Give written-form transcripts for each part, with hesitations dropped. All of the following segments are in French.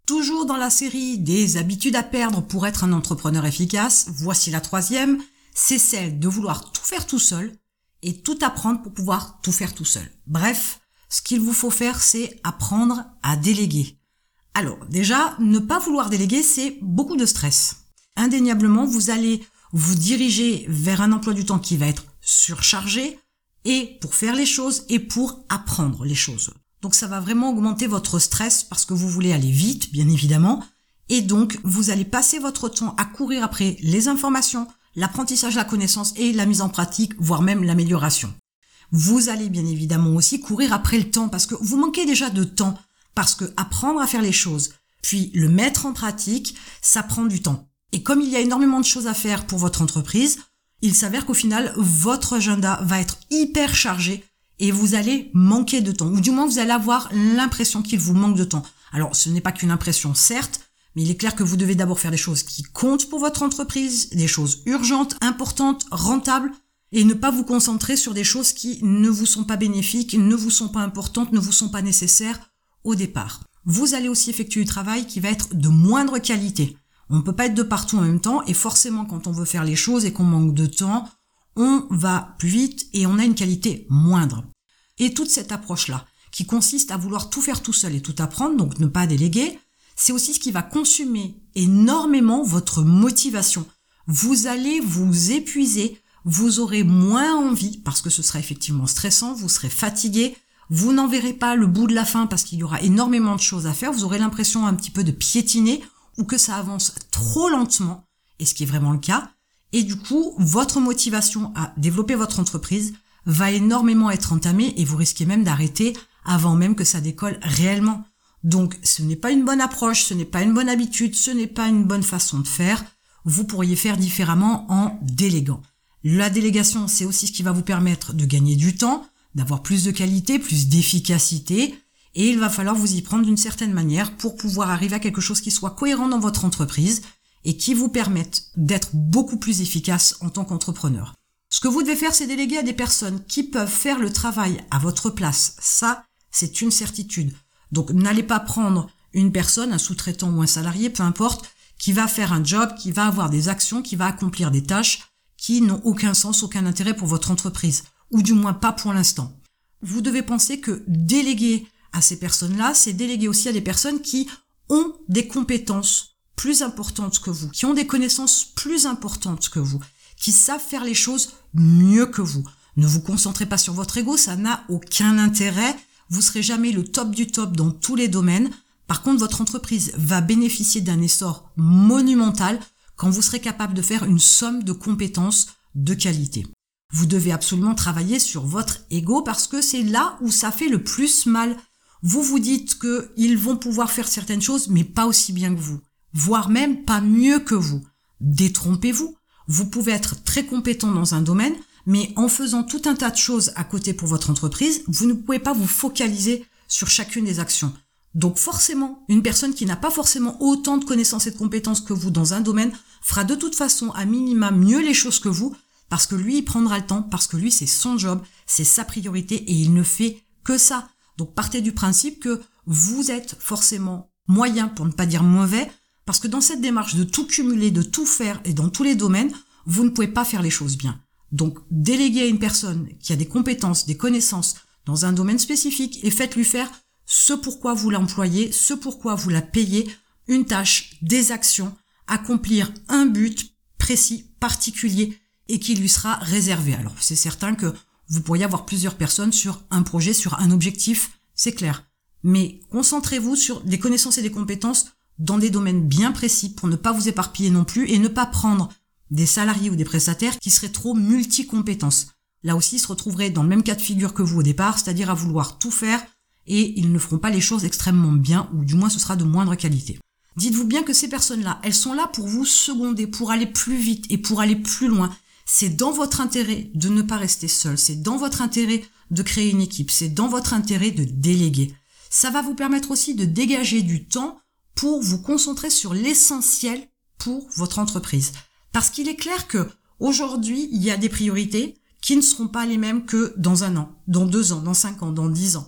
Toujours dans la série des habitudes à perdre pour être un entrepreneur efficace, voici la troisième, c'est celle de vouloir tout faire tout seul et tout apprendre pour pouvoir tout faire tout seul. Bref, ce qu'il vous faut faire, c'est apprendre à déléguer. Alors déjà, ne pas vouloir déléguer, c'est beaucoup de stress. Indéniablement, vous allez vous diriger vers un emploi du temps qui va être surchargé et pour faire les choses et pour apprendre les choses. Donc ça va vraiment augmenter votre stress parce que vous voulez aller vite, bien évidemment, et donc vous allez passer votre temps à courir après les informations, l'apprentissage, la connaissance et la mise en pratique, voire même l'amélioration. Vous allez bien évidemment aussi courir après le temps parce que vous manquez déjà de temps, parce que apprendre à faire les choses, puis le mettre en pratique, ça prend du temps. Et comme il y a énormément de choses à faire pour votre entreprise, il s'avère qu'au final, votre agenda va être hyper chargé et vous allez manquer de temps, ou du moins vous allez avoir l'impression qu'il vous manque de temps. Alors ce n'est pas qu'une impression, certes, mais il est clair que vous devez d'abord faire des choses qui comptent pour votre entreprise, des choses urgentes, importantes, rentables, et ne pas vous concentrer sur des choses qui ne vous sont pas bénéfiques, ne vous sont pas importantes, ne vous sont pas nécessaires au départ. Vous allez aussi effectuer du travail qui va être de moindre qualité. On ne peut pas être de partout en même temps, et forcément quand on veut faire les choses et qu'on manque de temps, on va plus vite et on a une qualité moindre. Et toute cette approche-là, qui consiste à vouloir tout faire tout seul et tout apprendre, donc ne pas déléguer, c'est aussi ce qui va consumer énormément votre motivation. Vous allez vous épuiser, vous aurez moins envie, parce que ce sera effectivement stressant, vous serez fatigué, vous n'en verrez pas le bout de la fin parce qu'il y aura énormément de choses à faire, vous aurez l'impression un petit peu de piétiner ou que ça avance trop lentement, et ce qui est vraiment le cas. Et du coup, votre motivation à développer votre entreprise va énormément être entamée et vous risquez même d'arrêter avant même que ça décolle réellement. Donc, ce n'est pas une bonne approche, ce n'est pas une bonne habitude, ce n'est pas une bonne façon de faire. Vous pourriez faire différemment en déléguant. La délégation, c'est aussi ce qui va vous permettre de gagner du temps, d'avoir plus de qualité, plus d'efficacité, et il va falloir vous y prendre d'une certaine manière pour pouvoir arriver à quelque chose qui soit cohérent dans votre entreprise et qui vous permette d'être beaucoup plus efficace en tant qu'entrepreneur. Ce que vous devez faire, c'est déléguer à des personnes qui peuvent faire le travail à votre place. Ça, c'est une certitude. Donc, n'allez pas prendre une personne, un sous-traitant ou un salarié, peu importe, qui va faire un job, qui va avoir des actions, qui va accomplir des tâches qui n'ont aucun sens, aucun intérêt pour votre entreprise, ou du moins pas pour l'instant. Vous devez penser que déléguer à ces personnes-là, c'est déléguer aussi à des personnes qui ont des compétences plus importantes que vous, qui ont des connaissances plus importantes que vous, qui savent faire les choses mieux que vous. Ne vous concentrez pas sur votre ego, ça n'a aucun intérêt. Vous serez jamais le top du top dans tous les domaines. Par contre, votre entreprise va bénéficier d'un essor monumental quand vous serez capable de faire une somme de compétences de qualité. Vous devez absolument travailler sur votre ego parce que c'est là où ça fait le plus mal. Vous vous dites qu'ils vont pouvoir faire certaines choses, mais pas aussi bien que vous, voire même pas mieux que vous. Détrompez-vous. Vous pouvez être très compétent dans un domaine, mais en faisant tout un tas de choses à côté pour votre entreprise, vous ne pouvez pas vous focaliser sur chacune des actions. Donc forcément, une personne qui n'a pas forcément autant de connaissances et de compétences que vous dans un domaine fera de toute façon à minima mieux les choses que vous, parce que lui, il prendra le temps, parce que lui, c'est son job, c'est sa priorité et il ne fait que ça. Donc partez du principe que vous êtes forcément moyen, pour ne pas dire mauvais, parce que dans cette démarche de tout cumuler, de tout faire et dans tous les domaines, vous ne pouvez pas faire les choses bien. Donc déléguez à une personne qui a des compétences, des connaissances dans un domaine spécifique et faites-lui faire ce pourquoi vous l'employez, ce pourquoi vous la payez, une tâche, des actions, accomplir un but précis, particulier et qui lui sera réservé. Alors c'est certain que vous pourriez avoir plusieurs personnes sur un projet, sur un objectif, c'est clair. Mais concentrez-vous sur des connaissances et des compétences dans des domaines bien précis pour ne pas vous éparpiller non plus et ne pas prendre des salariés ou des prestataires qui seraient trop multi-compétences. Là aussi, ils se retrouveraient dans le même cas de figure que vous au départ, c'est-à-dire à vouloir tout faire et ils ne feront pas les choses extrêmement bien ou du moins ce sera de moindre qualité. Dites-vous bien que ces personnes-là, elles sont là pour vous seconder, pour aller plus vite et pour aller plus loin. C'est dans votre intérêt de ne pas rester seul, c'est dans votre intérêt de créer une équipe, c'est dans votre intérêt de déléguer. Ça va vous permettre aussi de dégager du temps pour vous concentrer sur l'essentiel pour votre entreprise. Parce qu'il est clair que aujourd'hui, il y a des priorités qui ne seront pas les mêmes que dans 1 an, dans 2 ans, dans 5 ans, dans 10 ans.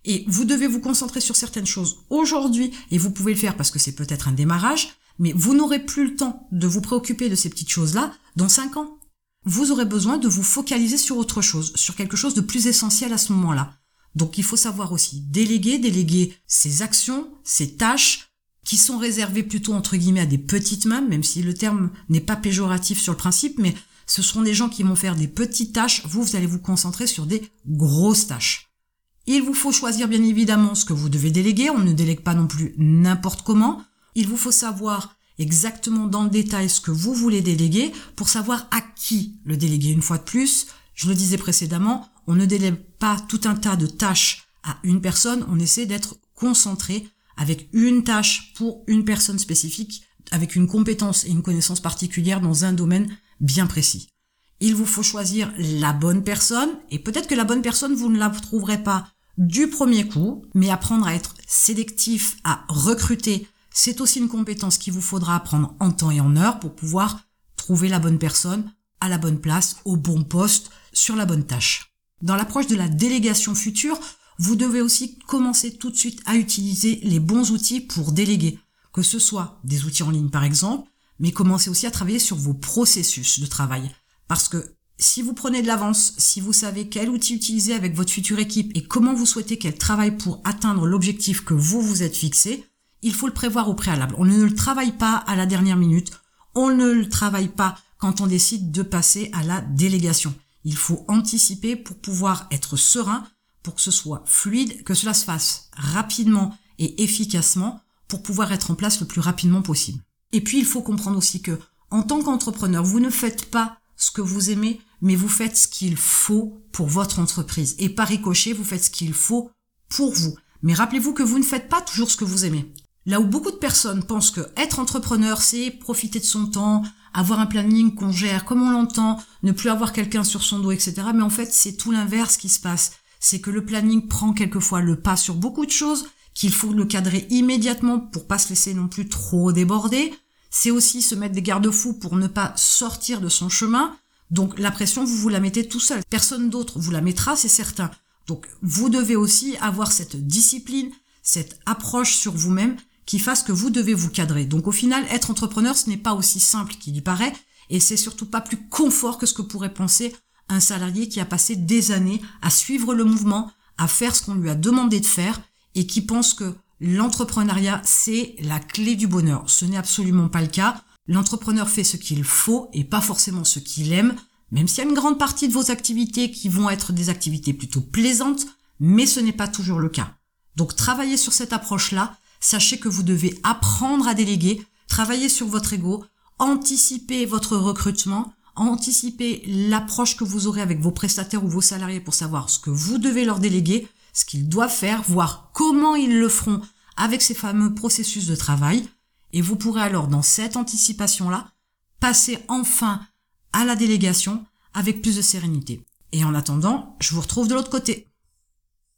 Et vous devez vous concentrer sur certaines choses aujourd'hui, et vous pouvez le faire parce que c'est peut-être un démarrage, mais vous n'aurez plus le temps de vous préoccuper de ces petites choses-là dans 5 ans. Vous aurez besoin de vous focaliser sur autre chose, sur quelque chose de plus essentiel à ce moment-là. Donc il faut savoir aussi déléguer ces actions, ces tâches qui sont réservées plutôt entre guillemets à des petites mains, même si le terme n'est pas péjoratif sur le principe, mais ce seront des gens qui vont faire des petites tâches, vous allez vous concentrer sur des grosses tâches. Il vous faut choisir bien évidemment ce que vous devez déléguer, on ne délègue pas non plus n'importe comment. Il vous faut savoir exactement dans le détail ce que vous voulez déléguer pour savoir à qui le déléguer. Une fois de plus, je le disais précédemment, on ne délègue pas tout un tas de tâches à une personne, on essaie d'être concentré avec une tâche pour une personne spécifique, avec une compétence et une connaissance particulière dans un domaine bien précis. Il vous faut choisir la bonne personne, et peut-être que la bonne personne, vous ne la trouverez pas du premier coup, mais apprendre à être sélectif, à recruter, c'est aussi une compétence qu'il vous faudra apprendre en temps et en heure pour pouvoir trouver la bonne personne à la bonne place, au bon poste, sur la bonne tâche. Dans l'approche de la délégation future, vous devez aussi commencer tout de suite à utiliser les bons outils pour déléguer, que ce soit des outils en ligne par exemple, mais commencez aussi à travailler sur vos processus de travail. Parce que si vous prenez de l'avance, si vous savez quel outil utiliser avec votre future équipe et comment vous souhaitez qu'elle travaille pour atteindre l'objectif que vous vous êtes fixé, il faut le prévoir au préalable. On ne le travaille pas à la dernière minute, on ne le travaille pas quand on décide de passer à la délégation. Il faut anticiper pour pouvoir être serein, pour que ce soit fluide, que cela se fasse rapidement et efficacement pour pouvoir être en place le plus rapidement possible. Et puis il faut comprendre aussi que en tant qu'entrepreneur, vous ne faites pas ce que vous aimez, mais vous faites ce qu'il faut pour votre entreprise. Et par ricochet, vous faites ce qu'il faut pour vous. Mais rappelez-vous que vous ne faites pas toujours ce que vous aimez. Là où beaucoup de personnes pensent que être entrepreneur, c'est profiter de son temps, avoir un planning qu'on gère comme on l'entend, ne plus avoir quelqu'un sur son dos, etc. Mais en fait, c'est tout l'inverse qui se passe. C'est que le planning prend quelquefois le pas sur beaucoup de choses, qu'il faut le cadrer immédiatement pour pas se laisser non plus trop déborder. C'est aussi se mettre des garde-fous pour ne pas sortir de son chemin. Donc la pression, vous la mettez tout seul. Personne d'autre vous la mettra, c'est certain. Donc vous devez aussi avoir cette discipline, cette approche sur vous-même qui fasse que vous devez vous cadrer. Donc au final, être entrepreneur, ce n'est pas aussi simple qu'il y paraît, et c'est surtout pas plus confort que ce que pourrait penser un salarié qui a passé des années à suivre le mouvement, à faire ce qu'on lui a demandé de faire, et qui pense que l'entrepreneuriat, c'est la clé du bonheur. Ce n'est absolument pas le cas. L'entrepreneur fait ce qu'il faut et pas forcément ce qu'il aime, même s'il y a une grande partie de vos activités qui vont être des activités plutôt plaisantes, mais ce n'est pas toujours le cas. Donc travaillez sur cette approche-là, sachez que vous devez apprendre à déléguer, travailler sur votre ego, anticiper votre recrutement, anticiper l'approche que vous aurez avec vos prestataires ou vos salariés pour savoir ce que vous devez leur déléguer, ce qu'ils doivent faire, voir comment ils le feront avec ces fameux processus de travail. Et vous pourrez alors, dans cette anticipation-là, passer enfin à la délégation avec plus de sérénité. Et en attendant, je vous retrouve de l'autre côté.